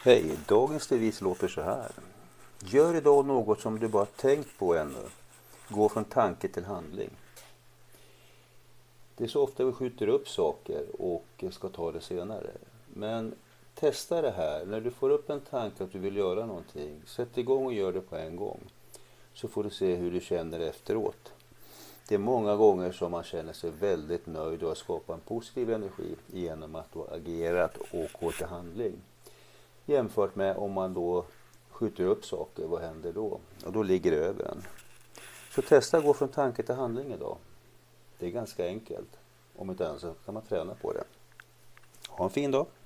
Hej, dagens devis låter så här. Gör idag något som du bara tänkt på ännu. Gå från tanke till handling. Det är så ofta vi skjuter upp saker och ska ta det senare. Men testa det här. När du får upp en tanke att du vill göra någonting, sätt igång och gör det på en gång. Så får du se hur du känner efteråt. Det är många gånger som man känner sig väldigt nöjd och har skapat en positiv energi genom att du har agerat och gått till handling. Jämfört med om man då skjuter upp saker, vad händer då? Och då ligger det över en. Så testa att gå från tanke till handling idag. Det är ganska enkelt. Om inte annat så kan man träna på det. Ha en fin dag!